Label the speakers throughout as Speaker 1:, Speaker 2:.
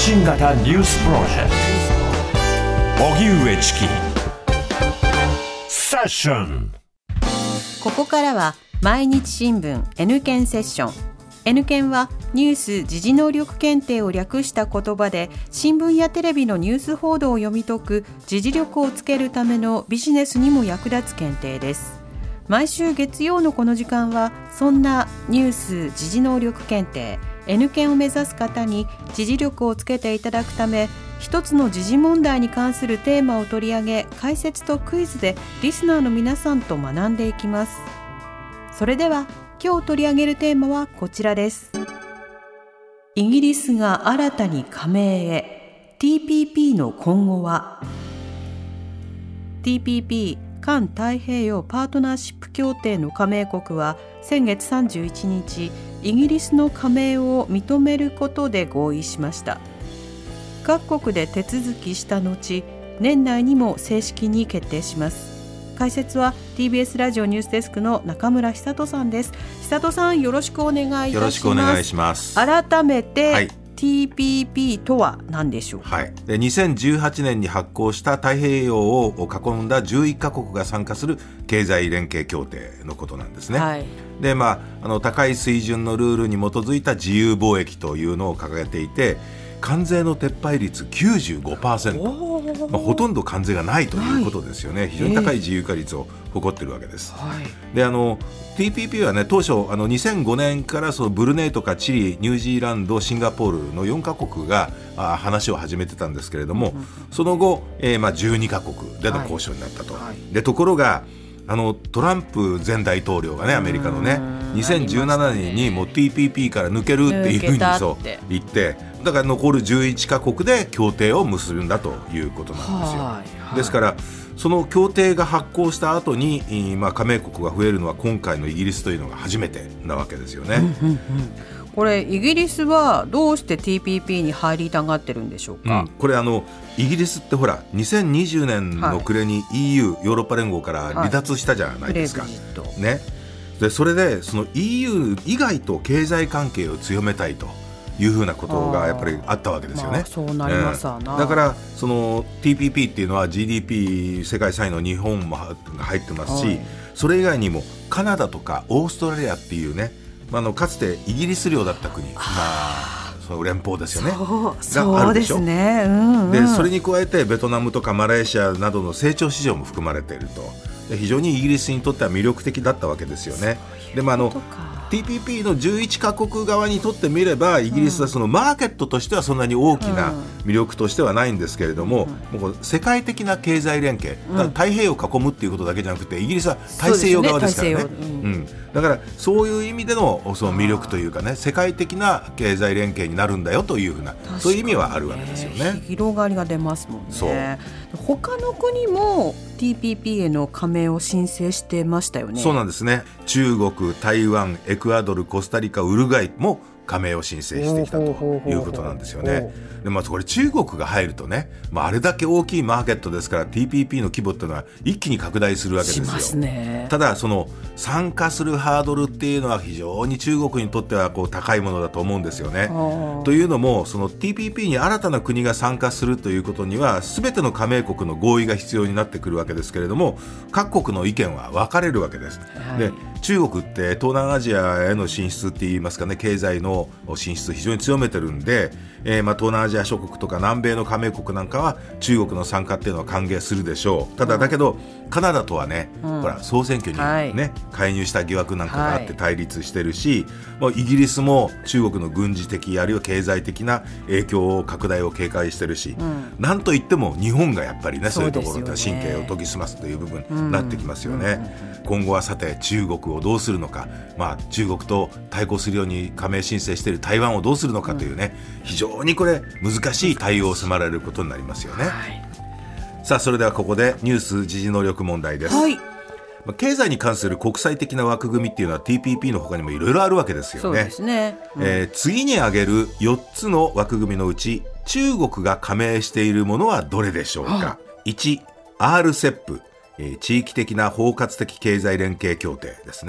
Speaker 1: 信型ニュースプロジェクト荻上チキセッション。
Speaker 2: ここからは毎日新聞 N 検セッション。 N 検はニュース・時事能力検定を略した言葉で、新聞やテレビのニュース報道を読み解く時事力をつけるためのビジネスにも役立つ検定です。毎週月曜のこの時間は、そんなニュース・時事能力検定 N 検を目指す方に時事力をつけていただくため、一つの時事問題に関するテーマを取り上げ、解説とクイズでリスナーの皆さんと学んでいきます。それでは今日取り上げるテーマはこちらです。イギリスが新たに加盟へ、 TPP の今後は。 TPP 環太平洋パートナーシップ協定の加盟国は先月31日、イギリスの加盟を認めることで合意しました。各国で手続きした後、年内にも正式に決定します。解説は TBS ラジオニュースデスクの中村久人さんです。久人さん、よろしくお願いいたします。
Speaker 3: よろしくお願いします。
Speaker 2: 改めて、
Speaker 3: はい、
Speaker 2: TPP とは何でしょうか。
Speaker 3: で2018年に発効した太平洋を囲んだ11カ国が参加する経済連携協定のことなんですね。で、高い水準のルールに基づいた自由貿易というのを掲げていて、関税の撤廃率 95%、ほとんど関税がないということですよね。非常に高い自由化率を誇っているわけです。でTPP はね、当初2005年からそのブルネイとかチリ、ニュージーランド、シンガポールの4カ国が話を始めてたんですけれども、その後、12カ国での交渉になったと。でところがトランプ前大統領がね、アメリカのね、2017年にもう TPP から抜けるっていうふうに言って、だから残る11カ国で協定を結ぶんだということなんですよ。ですからその協定が発効した後に、加盟国が増えるのは今回のイギリスというのが初めてなわけですよね。
Speaker 2: これイギリスはどうして TPP に入りたがってるんでしょうか。
Speaker 3: これイギリスってほら2020年の暮れに EU、ヨーロッパ連合から離脱したじゃないですか、ね。でそれでその EU 以外と経済関係を強めたいというふうなことがやっぱりあったわけですよね。
Speaker 2: そうなりますわな。
Speaker 3: だからその TPP っていうのは GDP 世界3位の日本も入ってますし、それ以外にもカナダとかオーストラリアっていうね、かつてイギリス領だった国、その連邦ですよね、があるでしょ。でそれに加えてベトナムとかマレーシアなどの成長市場も含まれていると。で非常にイギリスにとっては魅力的だったわけですよね。でTPP の11カ国側にとってみれば、イギリスはそのマーケットとしてはそんなに大きな魅力としてはないんですけれども、もう世界的な経済連携、太平洋を囲むっていうことだけじゃなくて、イギリスは大西洋側ですからね。だからそういう意味でのその魅力というかね、世界的な経済連携になるんだよというふうな、そういう意味はあるわけですよね。
Speaker 2: 広がりが出ますもんね。他の国も TPP への加盟を申請してましたよね。
Speaker 3: そうなんですね。中国、台湾、エクアドル、コスタリカ、ウルグアイも加盟を申請してきたということなんですよね。でこれ中国が入るとね、あれだけ大きいマーケットですから TPP の規模っていうのは一気に拡大するわけですよ。
Speaker 2: しますね。
Speaker 3: ただその参加するハードルっていうのは非常に中国にとっては高いものだと思うんですよね。というのもその TPP に新たな国が参加するということには全ての加盟国の合意が必要になってくるわけですけれども、各国の意見は分かれるわけです。で中国って東南アジアへの進出っていいますかね、経済の進出非常に強めてるんで、東南アジア諸国とか南米の加盟国なんかは中国の参加っていうのは歓迎するでしょう。ただだけどカナダとはね、ほら総選挙に、介入した疑惑なんかがあって対立してるし、イギリスも中国の軍事的あるいは経済的な影響拡大を警戒してるし、なんといっても日本がやっぱりね、そういうところで神経を研ぎ澄ますという部分になってきますよね。今後はさて中国をどうするのか、中国と対抗するように加盟申請している台湾をどうするのかというね、非常にこれ難しい対応を迫られることになりますよね。さあそれではここでニュース時事能力問題です。経済に関する国際的な枠組みっていうのは TPP の他にもいろいろあるわけですよね。
Speaker 2: そうですね。
Speaker 3: 次に挙げる4つの枠組みのうち中国が加盟しているものはどれでしょうか。1、RCEP、地域的な包括的経済連携協定です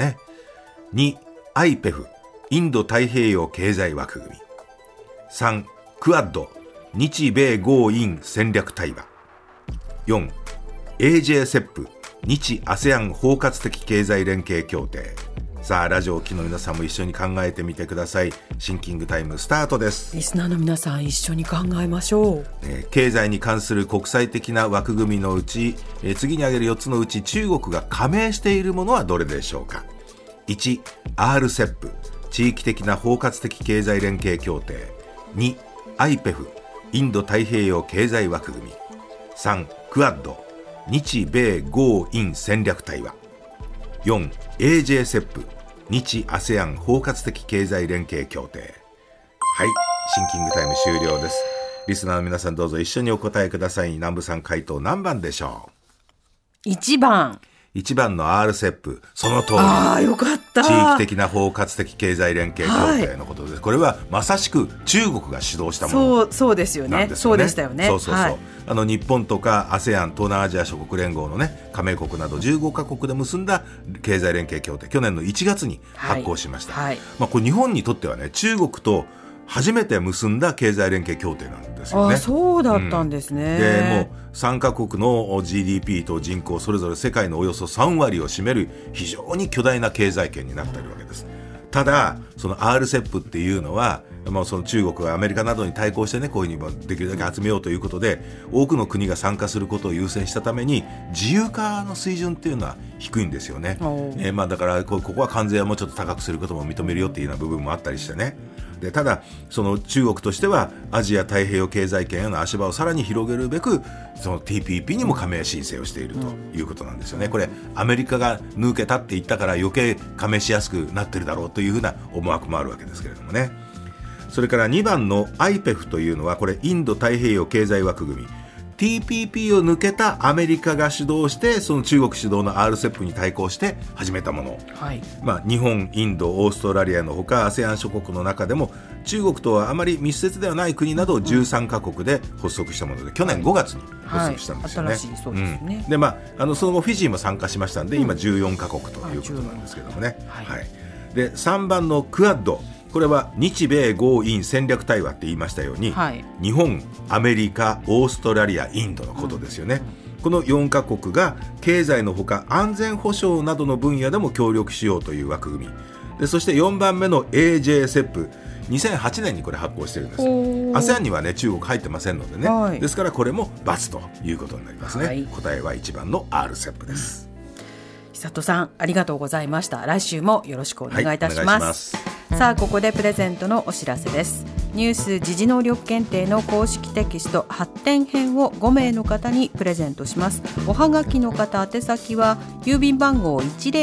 Speaker 3: ね。2、IPEF、インド太平洋経済枠組み。3、クアッド、 日米豪印戦略対話。4、AJCEP 日 ASEAN 包括的経済連携協定。さあラジオを機の皆さんも一緒に考えてみてください。シンキングタイムスタートです。
Speaker 2: リスナーの皆さん一緒に考えましょう。
Speaker 3: 経済に関する国際的な枠組みのうち、次に挙げる4つのうち中国が加盟しているものはどれでしょうか。1、RCEP 地域的な包括的経済連携協定。2、IPEF インド太平洋経済枠組み。3、クアッド日米豪印戦略対話。4、AJCEP 日 ASEAN 包括的経済連携協定。はい、シンキングタイム終了です。リスナーの皆さんどうぞ一緒にお答えください。南部さん回答何番でしょう。
Speaker 2: 1番。
Speaker 3: 1番の RCEP、その通り。
Speaker 2: ああ、よかった。
Speaker 3: 地域的な包括的経済連携協定のことです。これはまさしく中国が主導したもの。
Speaker 2: そうですよね。そうでしたよね。
Speaker 3: そう、はい、日本とか ASEAN 東南アジア諸国連合のね加盟国など15カ国で結んだ経済連携協定、去年の1月に発行しました。はいはい、これ日本にとってはね、中国と初めて結んだ経済連携協定なんですよね。
Speaker 2: そうだったんですね。
Speaker 3: でもう3カ国の GDP と人口それぞれ世界のおよそ3割を占める非常に巨大な経済圏になっているわけです。ただその RCEP っていうのは、その中国がアメリカなどに対抗してね、こういうふうにできるだけ集めようということで多くの国が参加することを優先したために自由化の水準っていうのは低いんですよね。だからここは関税はもうちょっと高くすることも認めるよっていうような部分もあったりしてね。でただその中国としてはアジア太平洋経済圏への足場をさらに広げるべくその TPP にも加盟申請をしているということなんですよね。これアメリカが抜けたって言ったから余計加盟しやすくなってるだろうというふうな思惑もあるわけですけれどもね。それから2番の IPEF というのはこれインド太平洋経済枠組み、 TPP を抜けたアメリカが主導してその中国主導の RCEP に対抗して始めたもの、はい、日本、インド、オーストラリアのほか ASEAN 諸国の中でも中国とはあまり密接ではない国など13カ国で発足したもので去年5月に発足したんですよね。
Speaker 2: 新しいそうですね。
Speaker 3: でその後フィジーも参加しましたんで、今14カ国ということなんですけどもね。で3番のクアッド、これは日米豪印戦略対話って言いましたように、日本、アメリカ、オーストラリア、インドのことですよね。この4カ国が経済のほか安全保障などの分野でも協力しようという枠組みで、そして4番目の AJCEP、 2008年にこれ発行してるんです。 ASEAN にはね中国入ってませんのでね、ですからこれも×ということになりますね。答えは1番の RCEP です。
Speaker 2: 久人さんありがとうございました。来週もよろしくお願いいたします。さあここでプレゼントのお知らせです。ニュース時事能力検定の公式テキスト発展編を5名の方にプレゼントします。おはがきの方宛先は郵便番号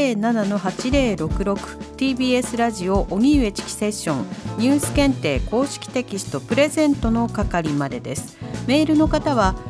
Speaker 2: 107-8066 TBS ラジオ荻上チキセッションニュース検定公式テキストプレゼントの係までです。メールの方は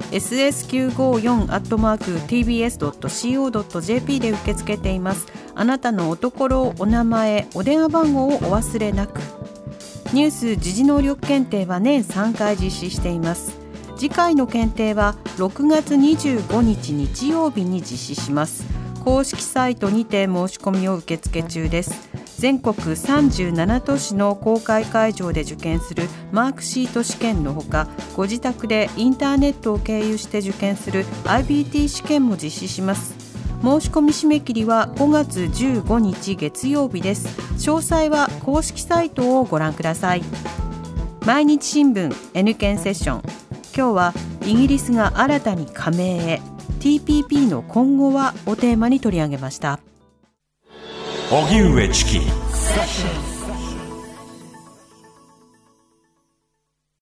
Speaker 2: ss954@tbs.co.jp で受け付けています。あなたのおところ、お名前、お電話番号をお忘れなく。ニュース時事能力検定は年3回実施しています。次回の検定は6月25日日曜日に実施します。公式サイトにて申し込みを受付中です。全国37都市の公開会場で受験するマークシート試験のほか、ご自宅でインターネットを経由して受験する IBT 試験も実施します。申し込み締め切りは5月15日月曜日です。詳細は公式サイトをご覧ください。毎日新聞 N 検セッション、今日はイギリスが新たに加盟へ TPP の今後はをテーマに取り上げました。
Speaker 1: 荻上チキ